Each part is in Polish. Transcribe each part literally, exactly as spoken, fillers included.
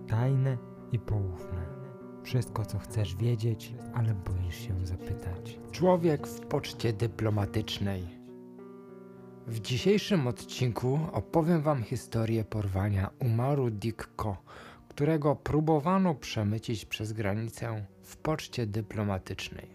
Tajne i poufne. Wszystko, co chcesz wiedzieć, ale boisz się zapytać. Człowiek w poczcie dyplomatycznej. W dzisiejszym odcinku opowiem wam historię porwania Umaru Dikko, którego próbowano przemycić przez granicę w poczcie dyplomatycznej.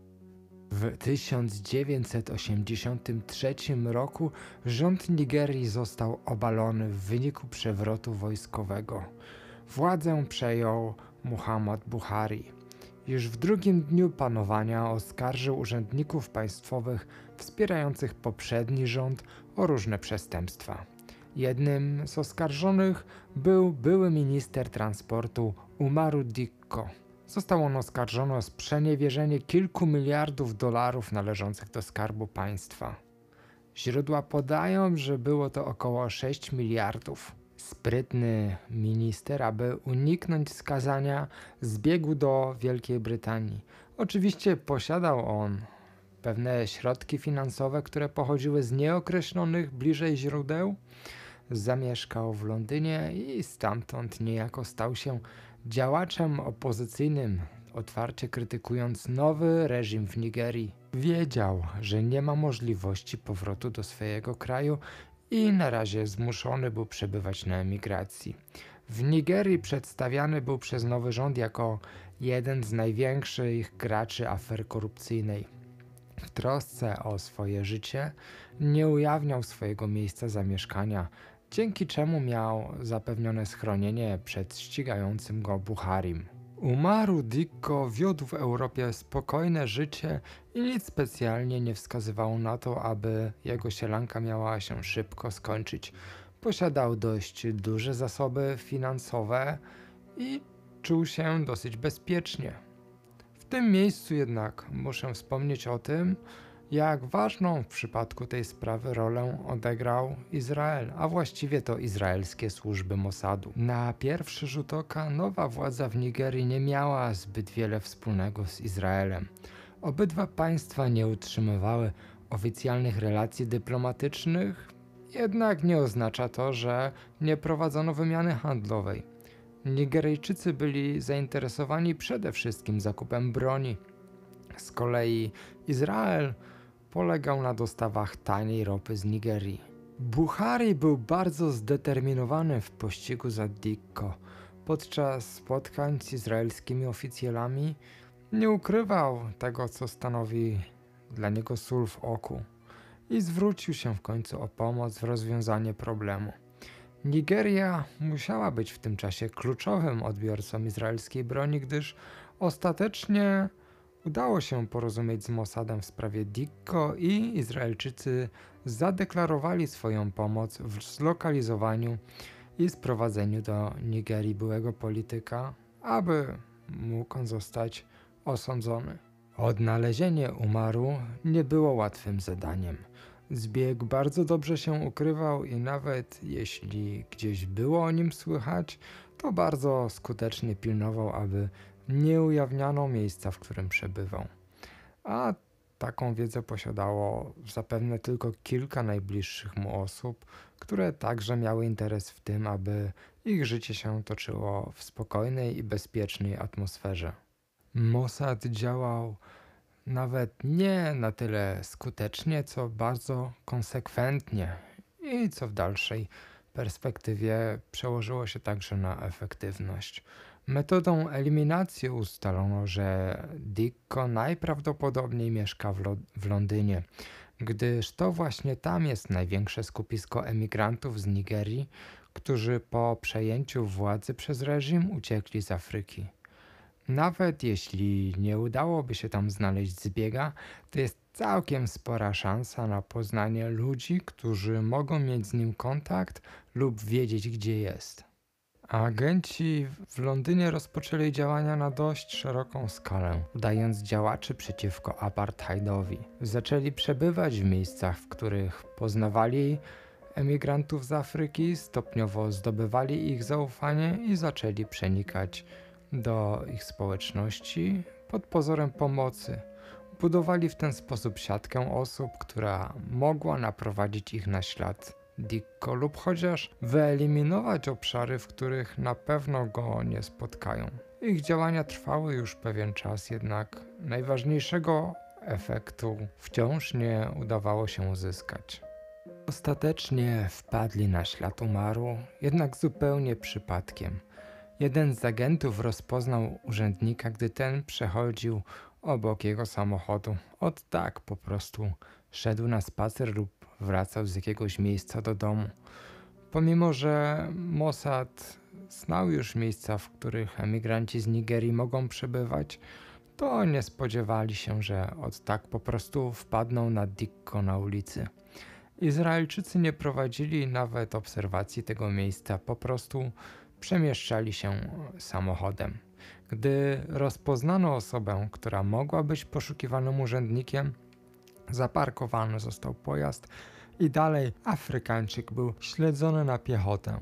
W tysiąc dziewięćset osiemdziesiątym trzecim roku rząd Nigerii został obalony w wyniku przewrotu wojskowego. Władzę przejął Muhammad Buhari. Już w drugim dniu panowania oskarżył urzędników państwowych wspierających poprzedni rząd o różne przestępstwa. Jednym z oskarżonych był były minister transportu Umaru Dikko. Został on oskarżony o sprzeniewierzenie kilku miliardów dolarów należących do Skarbu Państwa. Źródła podają, że było to około sześć miliardów. Sprytny minister, aby uniknąć skazania, zbiegł do Wielkiej Brytanii. Oczywiście posiadał on pewne środki finansowe, które pochodziły z nieokreślonych bliżej źródeł. Zamieszkał w Londynie i stamtąd niejako stał się działaczem opozycyjnym, otwarcie krytykując nowy reżim w Nigerii. Wiedział, że nie ma możliwości powrotu do swojego kraju i na razie zmuszony był przebywać na emigracji. W Nigerii przedstawiany był przez nowy rząd jako jeden z największych graczy afery korupcyjnej. W trosce o swoje życie nie ujawniał swojego miejsca zamieszkania, dzięki czemu miał zapewnione schronienie przed ścigającym go Buharim. Umaru Dikko wiódł w Europie spokojne życie i nic specjalnie nie wskazywało na to, aby jego sielanka miała się szybko skończyć. Posiadał dość duże zasoby finansowe i czuł się dosyć bezpiecznie. W tym miejscu jednak muszę wspomnieć o tym, jak ważną w przypadku tej sprawy rolę odegrał Izrael, a właściwie to izraelskie służby Mossadu. Na pierwszy rzut oka nowa władza w Nigerii nie miała zbyt wiele wspólnego z Izraelem. Obydwa państwa nie utrzymywały oficjalnych relacji dyplomatycznych, jednak nie oznacza to, że nie prowadzono wymiany handlowej. Nigeryjczycy byli zainteresowani przede wszystkim zakupem broni. Z kolei Izrael polegał na dostawach taniej ropy z Nigerii. Buhari był bardzo zdeterminowany w pościgu za Dikko. Podczas spotkań z izraelskimi oficjalami nie ukrywał tego, co stanowi dla niego sól w oku i zwrócił się w końcu o pomoc w rozwiązanie problemu. Nigeria musiała być w tym czasie kluczowym odbiorcą izraelskiej broni, gdyż ostatecznie udało się porozumieć z Mossadem w sprawie Dikko i Izraelczycy zadeklarowali swoją pomoc w zlokalizowaniu i sprowadzeniu do Nigerii byłego polityka, aby mógł on zostać osądzony. Odnalezienie Umaru nie było łatwym zadaniem. Zbieg bardzo dobrze się ukrywał i nawet jeśli gdzieś było o nim słychać, to bardzo skutecznie pilnował, aby nie ujawniano miejsca, w którym przebywał. A taką wiedzę posiadało zapewne tylko kilka najbliższych mu osób, które także miały interes w tym, aby ich życie się toczyło w spokojnej i bezpiecznej atmosferze. Mossad działał nawet nie na tyle skutecznie, co bardzo konsekwentnie i co w dalszej perspektywie przełożyło się także na efektywność. Metodą eliminacji ustalono, że Dikko najprawdopodobniej mieszka w, Lo- w Londynie, gdyż to właśnie tam jest największe skupisko emigrantów z Nigerii, którzy po przejęciu władzy przez reżim uciekli z Afryki. Nawet jeśli nie udałoby się tam znaleźć zbiega, to jest całkiem spora szansa na poznanie ludzi, którzy mogą mieć z nim kontakt lub wiedzieć, gdzie jest. Agenci w Londynie rozpoczęli działania na dość szeroką skalę, udając działaczy przeciwko apartheidowi. Zaczęli przebywać w miejscach, w których poznawali emigrantów z Afryki, stopniowo zdobywali ich zaufanie i zaczęli przenikać do ich społeczności pod pozorem pomocy. Budowali w ten sposób siatkę osób, która mogła naprowadzić ich na ślad Dicko lub chociaż wyeliminować obszary, w których na pewno go nie spotkają. Ich działania trwały już pewien czas, jednak najważniejszego efektu wciąż nie udawało się uzyskać. Ostatecznie wpadli na ślad Umaru, jednak zupełnie przypadkiem. Jeden z agentów rozpoznał urzędnika, gdy ten przechodził obok jego samochodu. Ot tak po prostu szedł na spacer lub wracał z jakiegoś miejsca do domu. Pomimo że Mossad znał już miejsca, w których emigranci z Nigerii mogą przebywać, to nie spodziewali się, że od tak po prostu wpadną na Dicko na ulicy. Izraelczycy nie prowadzili nawet obserwacji tego miejsca, po prostu przemieszczali się samochodem. Gdy rozpoznano osobę, która mogła być poszukiwanym urzędnikiem, zaparkowany został pojazd i dalej Afrykańczyk był śledzony na piechotę.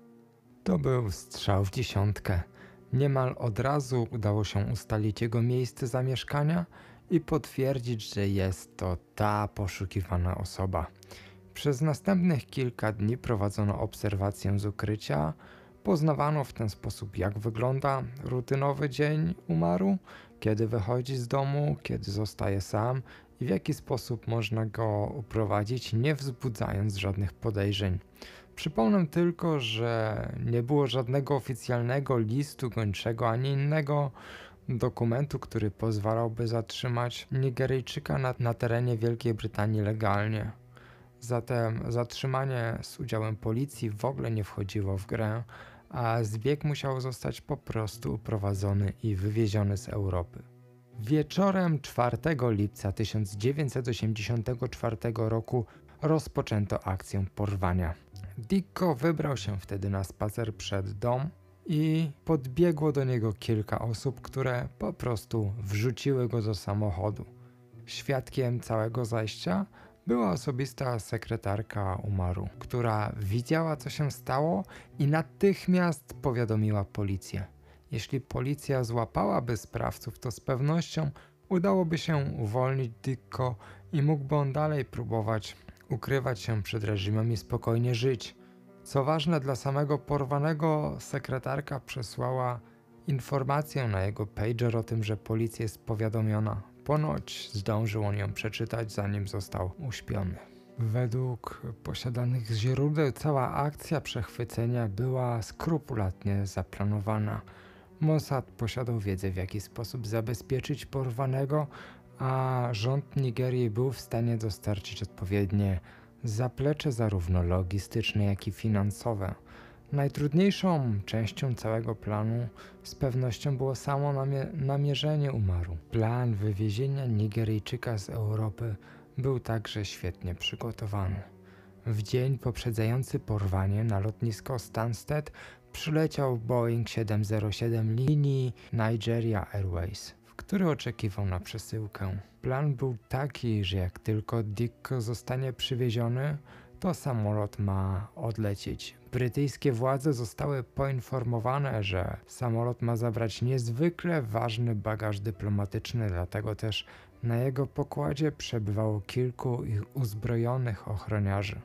To był strzał w dziesiątkę. Niemal od razu udało się ustalić jego miejsce zamieszkania i potwierdzić, że jest to ta poszukiwana osoba. Przez następnych kilka dni prowadzono obserwację z ukrycia. Poznawano w ten sposób, jak wygląda rutynowy dzień Umaru, kiedy wychodzi z domu, kiedy zostaje sam i w jaki sposób można go uprowadzić, nie wzbudzając żadnych podejrzeń. Przypomnę tylko, że nie było żadnego oficjalnego listu gończego ani innego dokumentu, który pozwalałby zatrzymać Nigeryjczyka na, na terenie Wielkiej Brytanii legalnie. Zatem zatrzymanie z udziałem policji w ogóle nie wchodziło w grę, a zbieg musiał zostać po prostu uprowadzony i wywieziony z Europy. Wieczorem czwartego lipca tysiąc dziewięćset osiemdziesiątego czwartego roku rozpoczęto akcję porwania. Dicko wybrał się wtedy na spacer przed dom i podbiegło do niego kilka osób, które po prostu wrzuciły go do samochodu. Świadkiem całego zajścia była osobista sekretarka Umaru, która widziała, co się stało i natychmiast powiadomiła policję. Jeśli policja złapałaby sprawców, to z pewnością udałoby się uwolnić Dicko i mógłby on dalej próbować ukrywać się przed reżimem i spokojnie żyć. Co ważne, dla samego porwanego sekretarka przesłała informację na jego pager o tym, że policja jest powiadomiona. Ponoć zdążył on ją przeczytać, zanim został uśpiony. Według posiadanych źródeł cała akcja przechwycenia była skrupulatnie zaplanowana. Mossad posiadał wiedzę, w jaki sposób zabezpieczyć porwanego, a rząd Nigerii był w stanie dostarczyć odpowiednie zaplecze zarówno logistyczne, jak i finansowe. Najtrudniejszą częścią całego planu z pewnością było samo namie- namierzenie Umaru. Plan wywiezienia Nigeryjczyka z Europy był także świetnie przygotowany. W dzień poprzedzający porwanie na lotnisko Stansted przyleciał Boeing siedem zero siedem linii Nigeria Airways, który oczekiwał na przesyłkę. Plan był taki, że jak tylko Dicko zostanie przywieziony, to samolot ma odlecieć. Brytyjskie władze zostały poinformowane, że samolot ma zabrać niezwykle ważny bagaż dyplomatyczny, dlatego też na jego pokładzie przebywało kilku ich uzbrojonych ochroniarzy.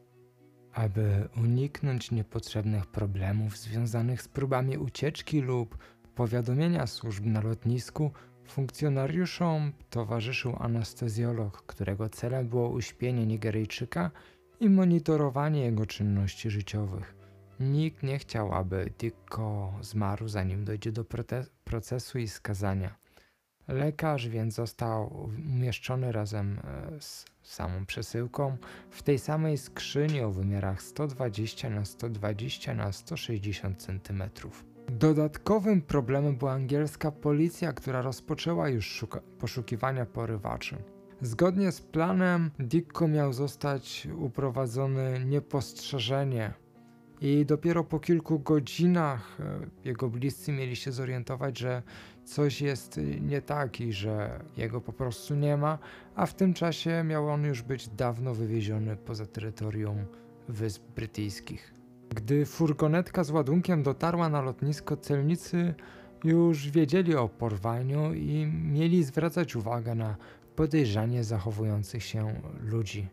Aby uniknąć niepotrzebnych problemów związanych z próbami ucieczki lub powiadomienia służb na lotnisku, funkcjonariuszom towarzyszył anestezjolog, którego celem było uśpienie Nigeryjczyka i monitorowanie jego czynności życiowych. Nikt nie chciał, aby Dicko zmarł, zanim dojdzie do procesu i skazania. Lekarz więc został umieszczony razem z samą przesyłką w tej samej skrzyni o wymiarach sto dwadzieścia na sto dwadzieścia na sto sześćdziesiąt centymetrów. Dodatkowym problemem była angielska policja, która rozpoczęła już szuka- poszukiwania porywaczy. Zgodnie z planem Dicko miał zostać uprowadzony niepostrzeżenie i dopiero po kilku godzinach jego bliscy mieli się zorientować, że coś jest nie tak i że jego po prostu nie ma, a w tym czasie miał on już być dawno wywieziony poza terytorium Wysp Brytyjskich. Gdy furgonetka z ładunkiem dotarła na lotnisko, celnicy już wiedzieli o porwaniu i mieli zwracać uwagę na podejrzanie zachowujących się ludzi.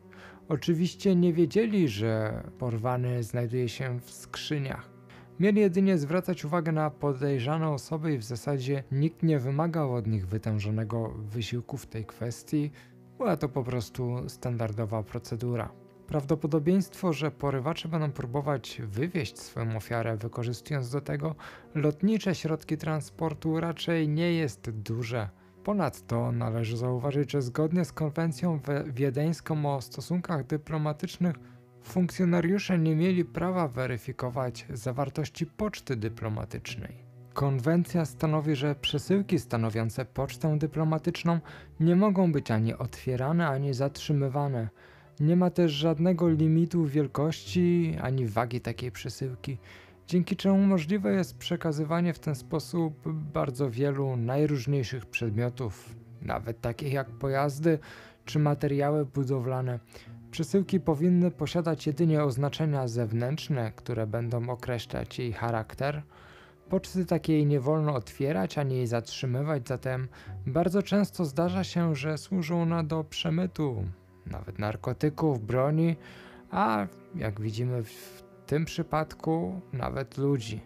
Oczywiście nie wiedzieli, że porwany znajduje się w skrzyniach. Mieli jedynie zwracać uwagę na podejrzane osoby i w zasadzie nikt nie wymagał od nich wytężonego wysiłku w tej kwestii. Była to po prostu standardowa procedura. Prawdopodobieństwo, że porywacze będą próbować wywieźć swoją ofiarę, wykorzystując do tego lotnicze środki transportu, raczej nie jest duże. Ponadto należy zauważyć, że zgodnie z konwencją wiedeńską o stosunkach dyplomatycznych funkcjonariusze nie mieli prawa weryfikować zawartości poczty dyplomatycznej. Konwencja stanowi, że przesyłki stanowiące pocztę dyplomatyczną nie mogą być ani otwierane, ani zatrzymywane. Nie ma też żadnego limitu wielkości ani wagi takiej przesyłki, dzięki czemu możliwe jest przekazywanie w ten sposób bardzo wielu najróżniejszych przedmiotów, nawet takich jak pojazdy czy materiały budowlane. Przesyłki powinny posiadać jedynie oznaczenia zewnętrzne, które będą określać jej charakter. Poczty takiej nie wolno otwierać ani jej zatrzymywać, zatem bardzo często zdarza się, że służą one do przemytu, nawet narkotyków, broni, a jak widzimy w tym przypadku nawet ludzi.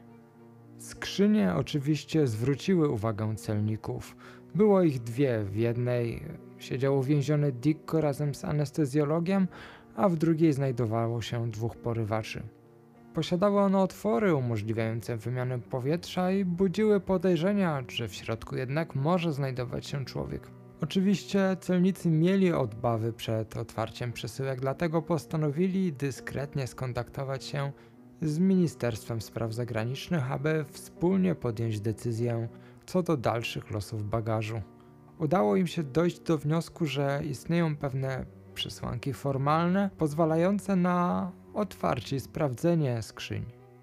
Skrzynie oczywiście zwróciły uwagę celników. Było ich dwie, w jednej siedział uwięziony Dicko razem z anestezjologiem, a w drugiej znajdowało się dwóch porywaczy. Posiadały one otwory umożliwiające wymianę powietrza i budziły podejrzenia, że w środku jednak może znajdować się człowiek. Oczywiście celnicy mieli obawy przed otwarciem przesyłek, dlatego postanowili dyskretnie skontaktować się z Ministerstwem Spraw Zagranicznych, aby wspólnie podjąć decyzję co do dalszych losów bagażu. Udało im się dojść do wniosku, że istnieją pewne przesłanki formalne pozwalające na otwarcie i sprawdzenie skrzyń.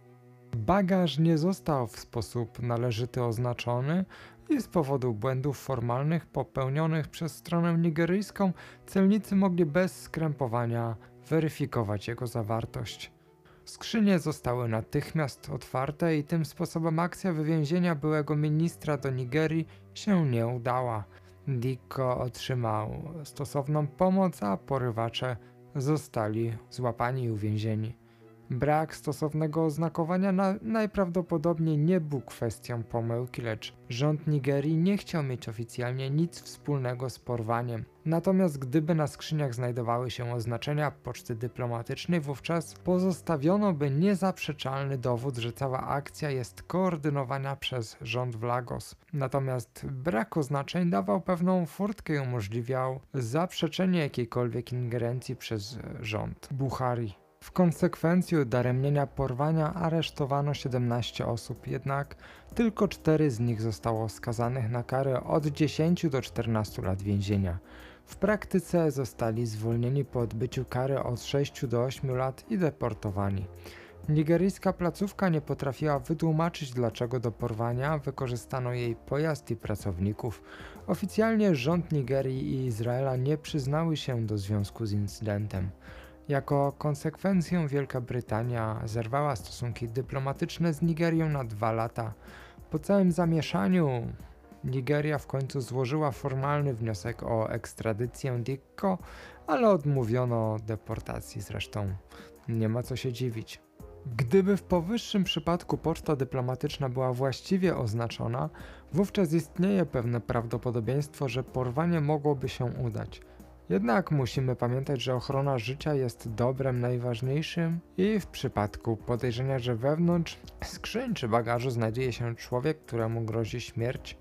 Bagaż nie został w sposób należyty oznaczony i z powodu błędów formalnych popełnionych przez stronę nigeryjską celnicy mogli bez skrępowania weryfikować jego zawartość. Skrzynie zostały natychmiast otwarte i tym sposobem akcja wywiezienia byłego ministra do Nigerii się nie udała. Dicko otrzymał stosowną pomoc, a porywacze zostali złapani i uwięzieni. Brak stosownego oznakowania na, najprawdopodobniej nie był kwestią pomyłki, lecz rząd Nigerii nie chciał mieć oficjalnie nic wspólnego z porwaniem. Natomiast gdyby na skrzyniach znajdowały się oznaczenia poczty dyplomatycznej, wówczas pozostawiono by niezaprzeczalny dowód, że cała akcja jest koordynowana przez rząd w Lagos. Natomiast brak oznaczeń dawał pewną furtkę i umożliwiał zaprzeczenie jakiejkolwiek ingerencji przez rząd Buhari. W konsekwencji daremnienia porwania aresztowano siedemnaście osób, jednak tylko cztery z nich zostało skazanych na karę od dziesięciu do czternastu lat więzienia. W praktyce zostali zwolnieni po odbyciu kary od sześciu do ośmiu lat i deportowani. Nigeryjska placówka nie potrafiła wytłumaczyć, dlaczego do porwania wykorzystano jej pojazd i pracowników. Oficjalnie rząd Nigerii i Izraela nie przyznały się do związku z incydentem. Jako konsekwencję Wielka Brytania zerwała stosunki dyplomatyczne z Nigerią na dwa lata. Po całym zamieszaniu Nigeria w końcu złożyła formalny wniosek o ekstradycję Dicko, ale odmówiono deportacji, zresztą nie ma co się dziwić. Gdyby w powyższym przypadku poczta dyplomatyczna była właściwie oznaczona, wówczas istnieje pewne prawdopodobieństwo, że porwanie mogłoby się udać. Jednak musimy pamiętać, że ochrona życia jest dobrem najważniejszym i w przypadku podejrzenia, że wewnątrz skrzyń czy bagażu znajduje się człowiek, któremu grozi śmierć,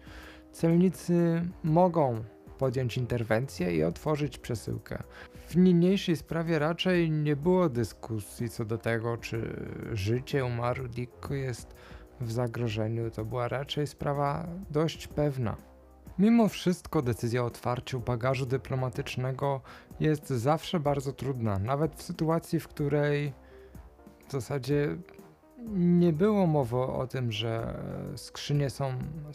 celnicy mogą podjąć interwencję i otworzyć przesyłkę. W niniejszej sprawie raczej nie było dyskusji co do tego, czy życie umarł Dicko jest w zagrożeniu. To była raczej sprawa dość pewna. Mimo wszystko decyzja o otwarciu bagażu dyplomatycznego jest zawsze bardzo trudna, nawet w sytuacji, w której w zasadzie nie było mowy o tym, że skrzynie są,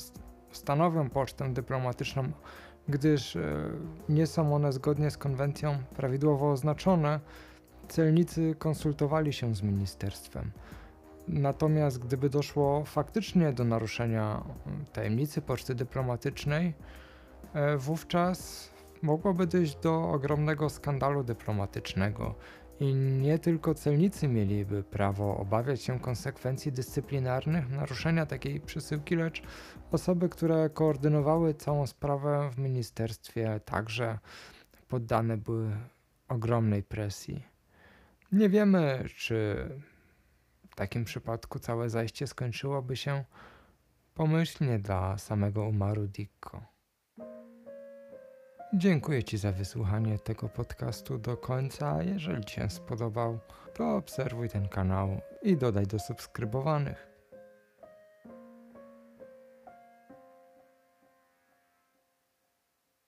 stanowią pocztę dyplomatyczną, gdyż nie są one zgodnie z konwencją prawidłowo oznaczone. Celnicy konsultowali się z ministerstwem. Natomiast gdyby doszło faktycznie do naruszenia tajemnicy poczty dyplomatycznej, wówczas mogłoby dojść do ogromnego skandalu dyplomatycznego i nie tylko celnicy mieliby prawo obawiać się konsekwencji dyscyplinarnych naruszenia takiej przesyłki, lecz osoby, które koordynowały całą sprawę w ministerstwie, także poddane były ogromnej presji. Nie wiemy, czy w takim przypadku całe zajście skończyłoby się pomyślnie dla samego Umaru Dicko. Dziękuję Ci za wysłuchanie tego podcastu do końca, a jeżeli Ci się spodobał, to obserwuj ten kanał i dodaj do subskrybowanych.